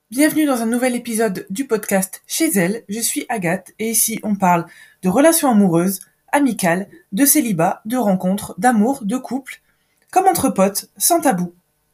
Bienvenue dans un nouvel épisode du podcast Chez elle, je suis Agathe et ici on parle de relations amoureuses, amicales, de célibat, de rencontres, d'amour, de couple, comme entre potes, sans tabou.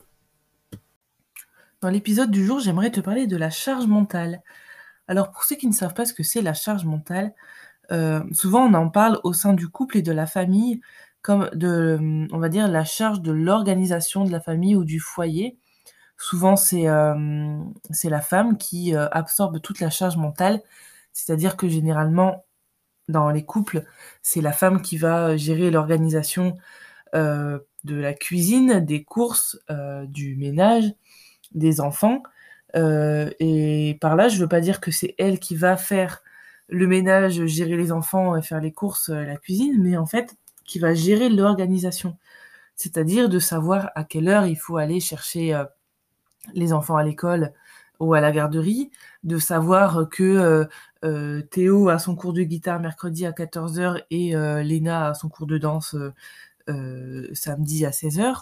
Dans l'épisode du jour, j'aimerais te parler de la charge mentale. Alors pour ceux qui ne savent pas ce que c'est la charge mentale, souvent on en parle au sein du couple et de la famille comme on va dire, la charge de l'organisation de la famille ou du foyer. Souvent, c'est la femme qui, absorbe toute la charge mentale. C'est-à-dire que généralement, dans les couples, c'est la femme qui va, gérer l'organisation, de la cuisine, des courses, du ménage, des enfants. Et par là, je veux pas dire que c'est elle qui va faire le ménage, gérer les enfants et faire les courses, la cuisine, mais en fait, qui va gérer l'organisation. C'est-à-dire de savoir à quelle heure il faut aller chercher, les enfants à l'école ou à la garderie, de savoir que, Théo a son cours de guitare mercredi à 14h et Léna a son cours de danse, samedi à 16h.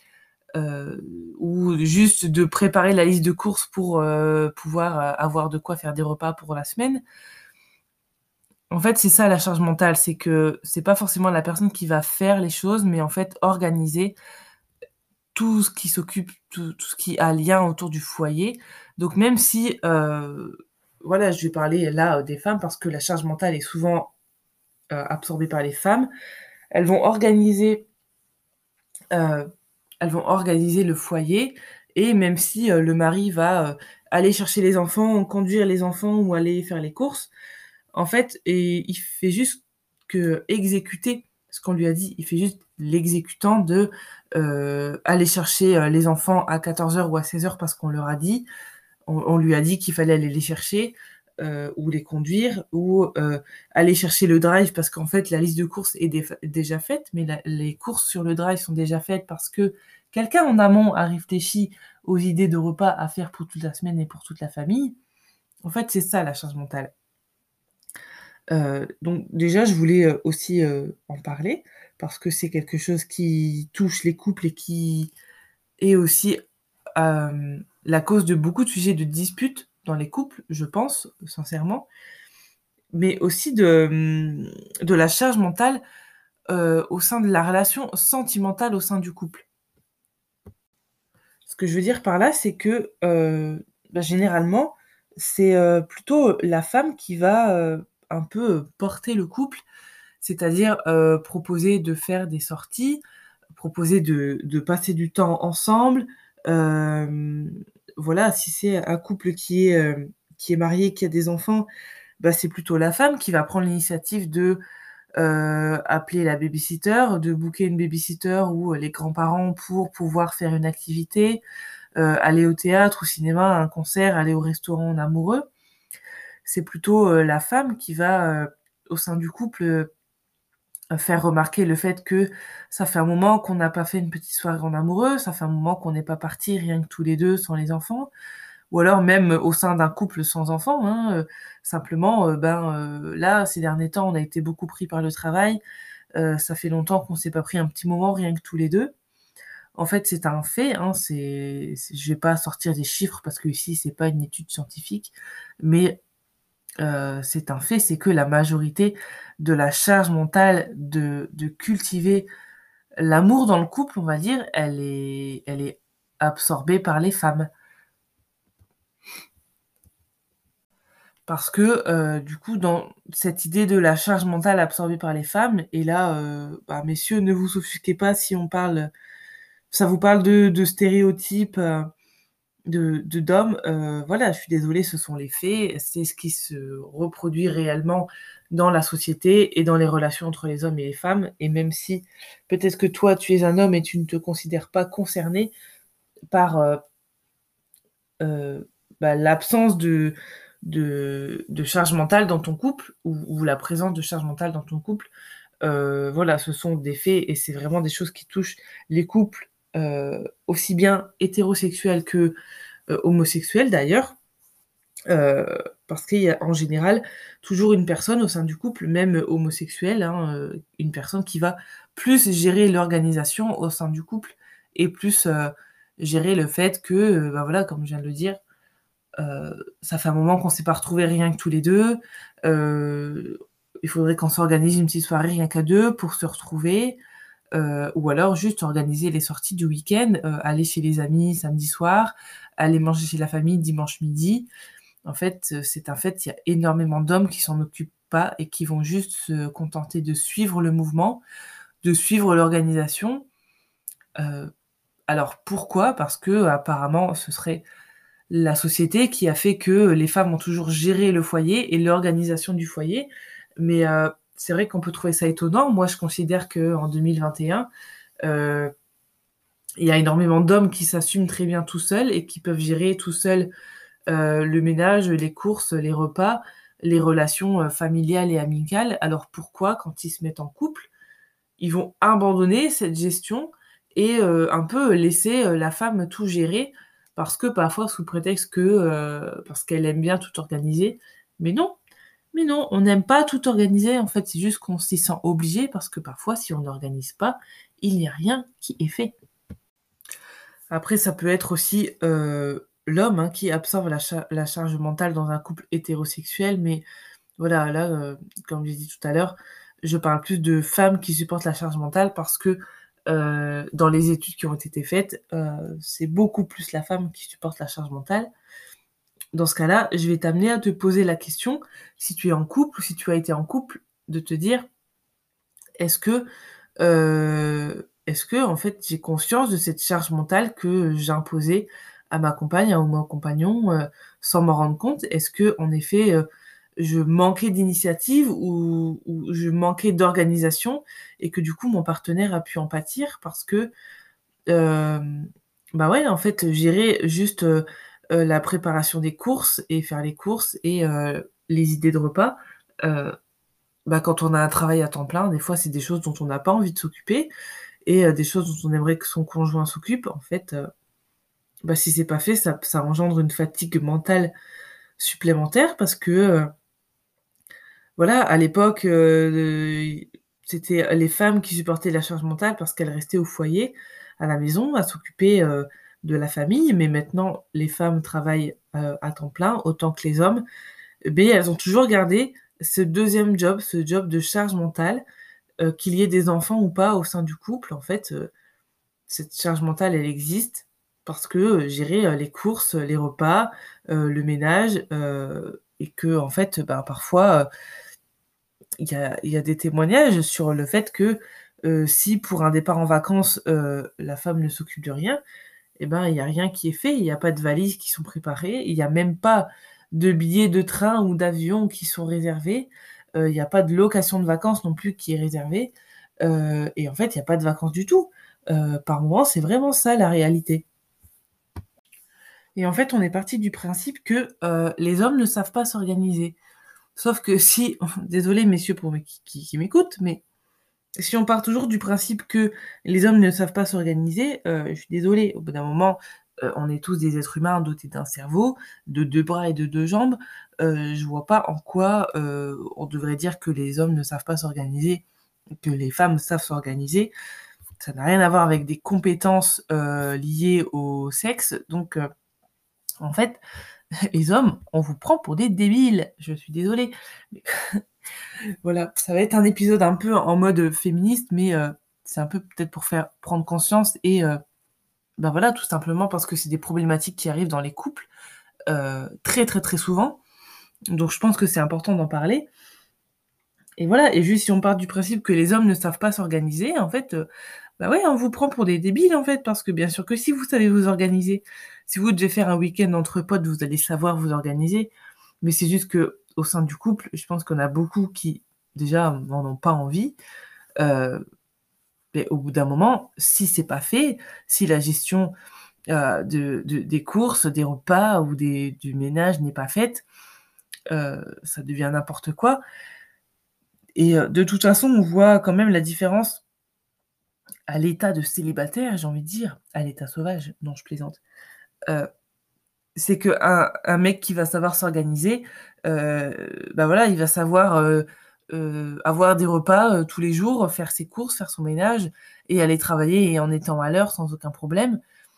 Ou juste de préparer la liste de courses pour, pouvoir, avoir de quoi faire des repas pour la semaine. En fait, c'est ça la charge mentale, c'est que c'est pas forcément la personne qui va faire les choses, mais en fait organiser tout ce qui s'occupe, tout ce qui a lien autour du foyer. Donc même si, voilà, je vais parler là, des femmes parce que la charge mentale est souvent, absorbée par les femmes. Elles vont organiser, heu, elles vont organiser le foyer et même si, le mari va, aller chercher les enfants, conduire les enfants ou aller faire les courses, en fait et il fait juste qu'exécuter ce qu'on lui a dit. Il fait juste l'exécutant de, aller chercher, les enfants à 14h ou à 16h parce qu'on leur a dit. On lui a dit qu'il fallait aller les chercher, ou les conduire ou, aller chercher le drive parce qu'en fait la liste de courses est déjà faite, mais la les courses sur le drive sont déjà faites parce que quelqu'un en amont a réfléchi aux idées de repas à faire pour toute la semaine et pour toute la famille. En fait, c'est ça la charge mentale. Donc déjà, je voulais, aussi, en parler parce que c'est quelque chose qui touche les couples et qui est aussi, la cause de beaucoup de sujets de disputes dans les couples, je pense, sincèrement, mais aussi de la charge mentale, au sein de la relation sentimentale au sein du couple. Ce que je veux dire par là, c'est que, généralement, c'est, plutôt la femme qui va, un peu, porter le couple. C'est-à-dire, proposer de faire des sorties, proposer de passer du temps ensemble. Hem, voilà, si c'est un couple qui est marié, qui a des enfants, bah, c'est plutôt la femme qui va prendre l'initiative de, appeler la baby-sitter, de booker une baby-sitter ou les grands-parents pour pouvoir faire une activité, aller au théâtre, au cinéma, à un concert, aller au restaurant en amoureux. C'est plutôt, la femme qui va, au sein du couple, faire remarquer le fait que ça fait un moment qu'on n'a pas fait une petite soirée en amoureux, ça fait un moment qu'on n'est pas partis rien que tous les 2 sans les enfants. Ou alors même au sein d'un couple sans enfants, hein, simplement, là, ces derniers temps, on a été beaucoup pris par le travail, ça fait longtemps qu'on s'est pas pris un petit moment rien que tous les 2. En fait, c'est un fait, hein, c'est je vais pas sortir des chiffres parce qu'ici, c'est pas une étude scientifique, mais c'est un fait, c'est que la majorité de la charge mentale de cultiver l'amour dans le couple, on va dire, elle est absorbée par les femmes. Parce que, du coup, dans cette idée de la charge mentale absorbée par les femmes et là, messieurs, ne vous offusquez pas si on parle ça vous parle de stéréotypes, d'hommes, voilà, je suis désolée, ce sont les faits, c'est ce qui se reproduit réellement dans la société et dans les relations entre les hommes et les femmes et même si peut-être que toi, tu es un homme et tu ne te considères pas concerné par, l'absence de charge mentale dans ton couple ou la présence de charge mentale dans ton couple, voilà, ce sont des faits et c'est vraiment des choses qui touchent les couples, aussi bien hétérosexuels que, homosexuels d'ailleurs. Heu, Parce qu'il y a en général toujours une personne au sein du couple, même homosexuelle, hein, une personne qui va plus gérer l'organisation au sein du couple et plus, gérer le fait que, voilà, comme je viens de le dire, Ça fait un moment qu'on s'est pas retrouvés rien que tous les 2. Il faudrait qu'on s'organise une petite soirée rien qu'à 2 pour se retrouver, ou alors juste organiser les sorties du week-end, aller chez les amis samedi soir, aller manger chez la famille dimanche midi. En fait, c'est un fait, il y a énormément d'hommes qui s'en occupent pas et qui vont juste se contenter de suivre le mouvement, de suivre l'organisation. Heu, alors pourquoi? Parce qu'apparemment, ce serait la société qui a fait que les femmes ont toujours géré le foyer et l'organisation du foyer. Mais c'est vrai qu'on peut trouver ça étonnant. Moi, je considère qu'en 2021, heu, il y a énormément d'hommes qui s'assument très bien tout seuls et qui peuvent gérer tout seuls, le ménage, les courses, les repas, les relations, familiales et amicales. Alors pourquoi, quand ils se mettent en couple, ils vont abandonner cette gestion et un peu laisser, la femme tout gérer parce que parfois sous prétexte que, parce qu'elle aime bien tout organiser. Mais non, mais non, on n'aime pas tout organiser, en fait, c'est juste qu'on s'y sent obligé parce que parfois si on n'organise pas, il n'y a rien qui est fait. Après ça peut être aussi, l'homme, hein, qui absorbe la charge mentale dans un couple hétérosexuel, mais voilà, là, comme j'ai dit tout à l'heure, je parle plus de femmes qui supportent la charge mentale parce que, dans les études qui ont été faites, c'est beaucoup plus la femme qui supporte la charge mentale. Dans ce cas-là, je vais t'amener à te poser la question, si tu es en couple ou si tu as été en couple, de te dire: «Est-ce que, en fait, j'ai conscience de cette charge mentale que j'imposais à ma compagne ou mon compagnon, sans m'en rendre compte? Est-ce qu'en effet, je manquais d'initiative ou je manquais d'organisation et que du coup mon partenaire a pu en pâtir parce que, bah, ouais, en fait, gérer juste, la préparation des courses et faire les courses et les idées de repas, heu, bah, quand on a un travail à temps plein, des fois, c'est des choses dont on n'a pas envie de s'occuper et des choses dont on aimerait que son conjoint s'occupe. En fait, bah, si c'est pas fait, ça engendre une fatigue mentale supplémentaire parce que, voilà, à l'époque, c'était les femmes qui supportaient la charge mentale parce qu'elles restaient au foyer, à la maison, à s'occuper, de la famille. Mais maintenant, les femmes travaillent, à temps plein, autant que les hommes. Beh, elles ont toujours gardé ce deuxième job, ce job de charge mentale, qu'il y ait des enfants ou pas au sein du couple. En fait, cette charge mentale, elle existe parce que, gérer, les courses, les repas, le ménage, et qu'en fait, bah, parfois, il y a des témoignages sur le fait que, si pour un départ en vacances, la femme ne s'occupe de rien, et ben, il y a rien qui est fait. Il y a pas de valises qui sont préparées, il y a même pas de billets de train ou d'avion qui sont réservés, il y a pas de location de vacances non plus qui est réservée, et en fait, il y a pas de vacances du tout. Par moment, c'est vraiment ça la réalité. Et en fait, on est parti du principe que, les hommes ne savent pas s'organiser. Sauf que si désolés messieurs pour mes qui m'écoutent, mais si on part toujours du principe que les hommes ne savent pas s'organiser, je suis désolée, au bout d'un moment, on est tous des êtres humains dotés d'un cerveau, de 2 bras et de 2 jambes. Je vois pas en quoi, on devrait dire que les hommes ne savent pas s'organiser, que les femmes savent s'organiser. Ça n'a rien à voir avec des compétences, liées au sexe. Donc, en fait, les hommes, on vous prend pour des débiles. Je suis désolée. Mais voilà, ça va être un épisode un peu en mode, féministe, mais c'est un peu peut-être pour faire prendre conscience et bah, voilà, tout simplement parce que c'est des problématiques qui arrivent dans les couples, très, très, très souvent. Donc je pense que c'est important d'en parler et voilà et juste si on part du principe que les hommes ne savent pas s'organiser, en fait, bah, ouais, on vous prend pour des débiles, en fait, parce que bien sûr que si vous savez vous organiser. Si vous devez faire un week-end entre potes, vous allez savoir vous organiser. Mais c'est juste qu'au sein du couple, je pense qu'on a beaucoup qui, déjà, n'en ont pas envie. Heu, mais au bout d'un moment, si c'est pas fait, si la gestion, des courses, des repas ou du ménage n'est pas faite, ça devient n'importe quoi et de toute façon, on voit quand même la différence à l'état de célibataire, j'ai envie de dire, à l'état sauvage, non, je plaisante. Heu, c'est qu'un mec qui va savoir s'organiser, bah, voilà, il va savoir, avoir des repas, tous les jours, faire ses courses, faire son ménage et aller travailler et en étant à l'heure sans aucun problème.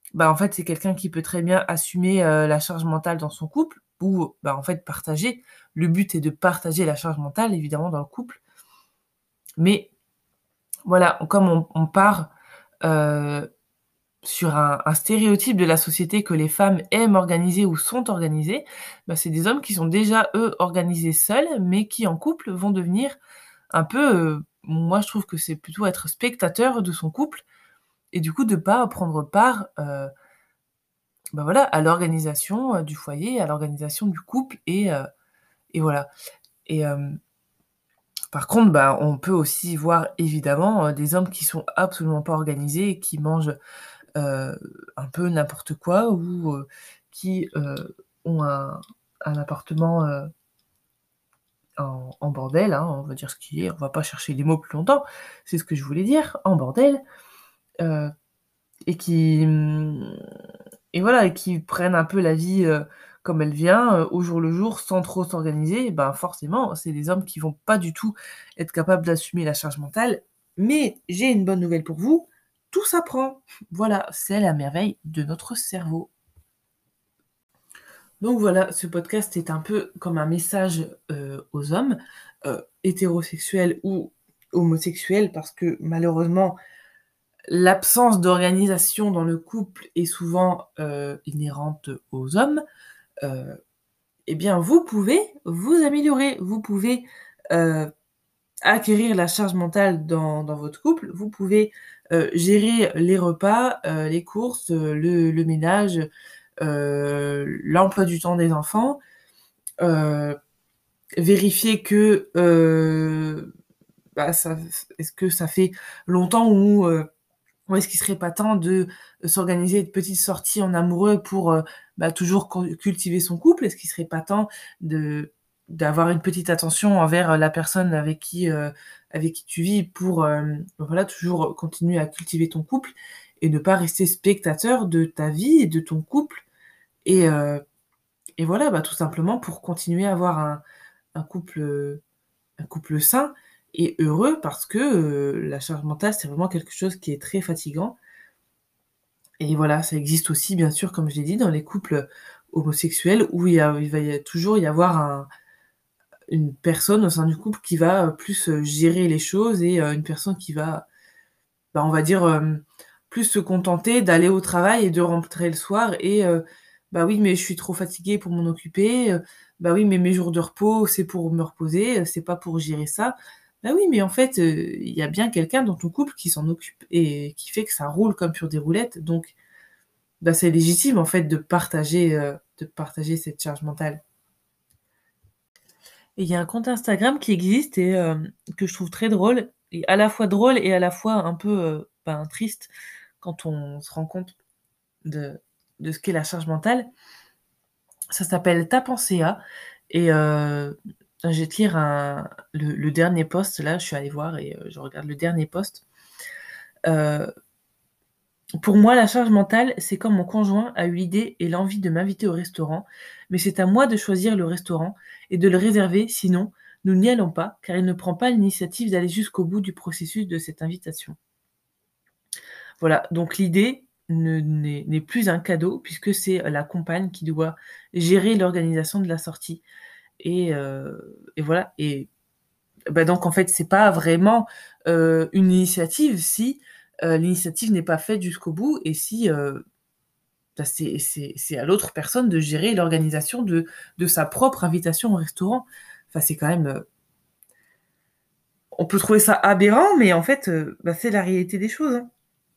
bah, en fait, c'est quelqu'un qui peut très bien assumer, la charge mentale dans son couple ou, bah, en fait, partager. Le but est de partager la charge mentale, évidemment, dans le couple. Mais voilà, comme on part, heu, sur un stéréotype de la société que les femmes aiment organiser ou sont organisées, bah, c'est des hommes qui sont déjà, eux, organisés seuls, mais qui, en couple, vont devenir un peu, moi, je trouve que c'est plutôt être spectateur de son couple et du coup, de pas prendre part, bah, voilà, à l'organisation, du foyer, à l'organisation du couple et voilà et par contre, bah, on peut aussi voir évidemment, des hommes qui sont absolument pas organisés et qui mangent, heu, un peu n'importe quoi ou qui, ont un appartement, en bordel, hein, on va dire ce qui est, on va pas chercher les mots plus longtemps, c'est ce que je voulais dire, en bordel, heu et qui, et voilà et qui prennent un peu la vie, comme elle vient, au jour le jour, sans trop s'organiser, et ben, forcément, c'est des hommes qui vont pas du tout être capables d'assumer la charge mentale. Mais j'ai une bonne nouvelle pour vous, tout s'apprend. Voilà, c'est la merveille de notre cerveau. Donc voilà, ce podcast est un peu comme un message, aux hommes, hétérosexuels ou homosexuels, parce que malheureusement, l'absence d'organisation dans le couple est souvent, inhérente aux hommes. Heu, eh bien, vous pouvez vous améliorer. Vous pouvez, heu, acquérir la charge mentale dans votre couple. Vous pouvez, gérer les repas, les courses, le ménage, l'emploi du temps des enfants, heu, vérifier que, bah, ça est-ce que ça fait longtemps ou est-ce qu'il serait pas temps de s'organiser de petites sorties en amoureux pour, bah, toujours cultiver son couple? Est-ce qu'il serait pas temps de d'avoir une petite attention envers, la personne avec qui tu vis pour, voilà, toujours continuer à cultiver ton couple et ne pas rester spectateur de ta vie et de ton couple et heu et voilà, bah, tout simplement pour continuer à avoir un couple, un couple sain et heureux parce que, la charge mentale, c'est vraiment quelque chose qui est très fatigant. Et voilà, ça existe aussi bien sûr, comme je l'ai dit, dans les couples homosexuels où il va toujours y avoir une personne au sein du couple qui va, plus, gérer les choses et une personne qui va, bah, on va dire, plus se contenter d'aller au travail et de rentrer le soir et «Bah oui, mais je suis trop fatigué pour m'en occuper», «Bah oui, mais mes jours de repos, c'est pour me reposer, c'est pas pour gérer ça». Bah oui, mais en fait, il y a bien quelqu'un dans ton couple qui s'en occupe et qui fait que ça roule comme sur des roulettes donc bah, c'est légitime en fait de partager cette charge mentale. Et il y a un compte Instagram qui existe et que je trouve très drôle et à la fois drôle et à la fois un peu, ben, triste quand on se rend compte de ce qu'est la charge mentale. Ça s'appelle Tapensea et je vais te lire le dernier post là, je suis allée voir et je regarde le dernier post. Heu Pour moi, la charge mentale, c'est quand mon conjoint a eu l'idée et l'envie de m'inviter au restaurant, mais c'est à moi de choisir le restaurant et de le réserver, sinon nous n'y allons pas, car il ne prend pas l'initiative d'aller jusqu'au bout du processus de cette invitation. Voilà, donc l'idée n'est plus un cadeau puisque c'est la compagne qui doit gérer l'organisation de la sortie et voilà et bah, donc en fait, c'est pas vraiment, une initiative si, l'initiative n'est pas faite jusqu'au bout et si, bah, c'est à l'autre personne de gérer l'organisation de sa propre invitation au restaurant. Enfin, c'est quand même, on peut trouver ça aberrant, mais en fait, bah, c'est la réalité des choses, hein.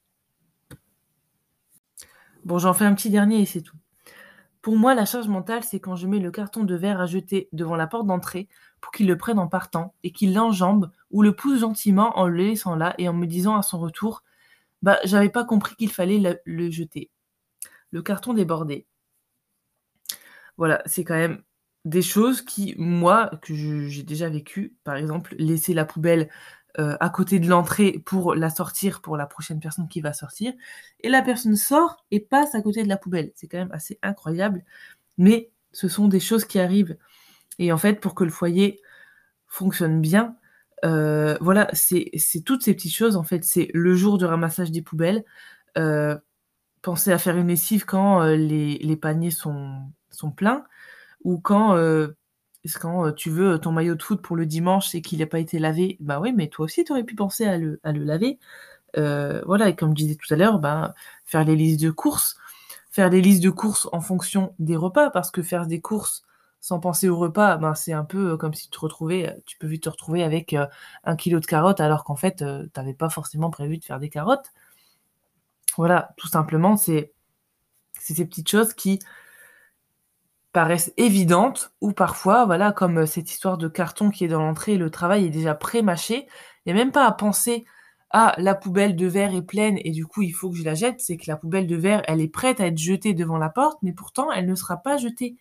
Bon, j'en fais un petit dernier et c'est tout. Pour moi, la charge mentale, c'est quand je mets le carton de verre à jeter devant la porte d'entrée pour qu'il le prenne en partant et qu'il l'enjambe ou le pousse gentiment en le laissant là et en me disant à son retour: «Bah, j'avais pas compris qu'il fallait le jeter». Le carton débordé. Voilà, c'est quand même des choses qui, moi, que j'ai déjà vécues. Par exemple, laisser la poubelle, à côté de l'entrée pour la sortir pour la prochaine personne qui va sortir et la personne sort et passe à côté de la poubelle. C'est quand même assez incroyable, mais ce sont des choses qui arrivent et en fait, pour que le foyer fonctionne bien, voilà, c'est toutes ces petites choses, en fait. C'est le jour du ramassage des poubelles, heu penser à faire une lessive quand, les paniers sont pleins ou quand tu veux ton maillot de foot pour le dimanche et qu'il a pas été lavé, bah oui, mais toi aussi tu aurais pu penser à le laver. Voilà, et comme je disais tout à l'heure, ben, faire les listes de courses. Faire des listes de courses en fonction des repas, parce que faire des courses sans penser au repas, ben, c'est un peu, comme si tu peux vite te retrouver avec, 1 kilogramme de carottes alors qu'en fait, tu pas forcément prévu de faire des carottes. Voilà, tout simplement, c'est ces petites choses qui paraissent évidentes ou parfois, voilà, comme, cette histoire de carton qui est dans l'entrée et le travail est déjà pré-mâché. Il y a même pas à penser: «Ah, la poubelle de verre est pleine et du coup, il faut que je la jette». C'est que la poubelle de verre, elle est prête à être jetée devant la porte, mais pourtant elle ne sera pas jetée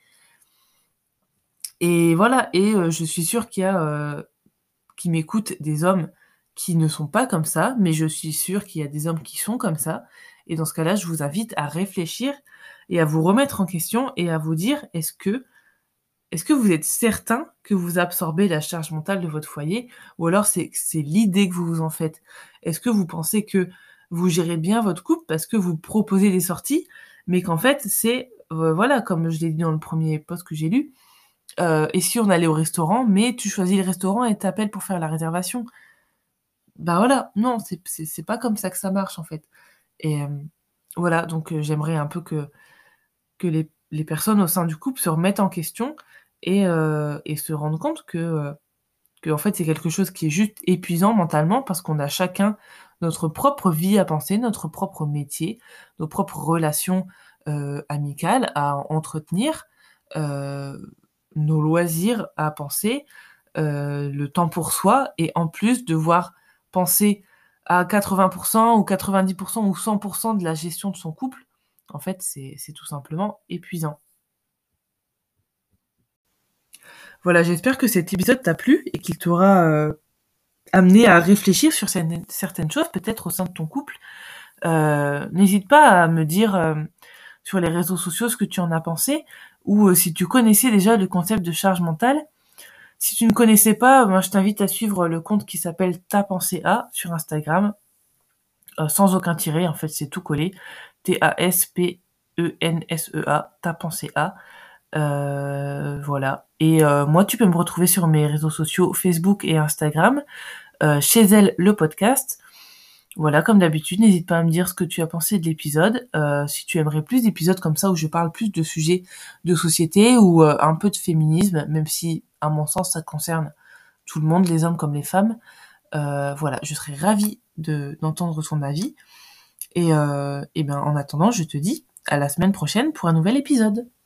et voilà et je suis sûre qu'il y a, qui m'écoutent des hommes qui ne sont pas comme ça, mais je suis sûre qu'il y a des hommes qui sont comme ça et dans ce cas-là, je vous invite à réfléchir et à vous remettre en question et à vous dire: est-ce que vous êtes certain que vous absorbez la charge mentale de votre foyer? Ou alors c'est l'idée que vous vous en faites? Est-ce que vous pensez que vous gérez bien votre couple parce que vous proposez des sorties, mais qu'en fait c'est, voilà, comme je l'ai dit dans le premier post que j'ai lu, et si on allait au restaurant, mais tu choisis le restaurant et tu appelles pour faire la réservation? Bah, voilà, non, c'est pas comme ça que ça marche, en fait et voilà, donc j'aimerais un peu que les personnes au sein du couple se remettent en question et se rendent compte qu'en fait, c'est quelque chose qui est juste épuisant mentalement parce qu'on a chacun notre propre vie à penser, notre propre métier, nos propres relations, amicales à entretenir, nos loisirs à penser, le temps pour soi et en plus devoir penser à 80 ou 90 ou 100 de la gestion de son couple, en fait, c'est tout simplement épuisant. Voilà, j'espère que cet épisode t'a plu et qu'il t'aura, amené à réfléchir sur certaines choses, peut-être au sein de ton couple. N'hésite pas à me dire, sur les réseaux sociaux ce que tu en as pensé ou, si tu connaissais déjà le concept de charge mentale. Si tu ne connaissais pas, moi je t'invite à suivre le compte qui s'appelle Ta Pensée A sur Instagram, sans aucun tiret, en fait c'est tout collé. TASPENSEA, Ta Pensée A. Voilà. Et moi tu peux me retrouver sur mes réseaux sociaux Facebook et Instagram, chez elle le podcast. Voilà, comme d'habitude, n'hésite pas à me dire ce que tu as pensé de l'épisode, si tu aimerais plus d'épisodes comme ça où je parle plus de sujets de société ou un peu de féminisme, même si à mon sens ça concerne tout le monde, les hommes comme les femmes. Voilà, je serais ravie d'entendre ton avis et ben en attendant, je te dis à la semaine prochaine pour un nouvel épisode.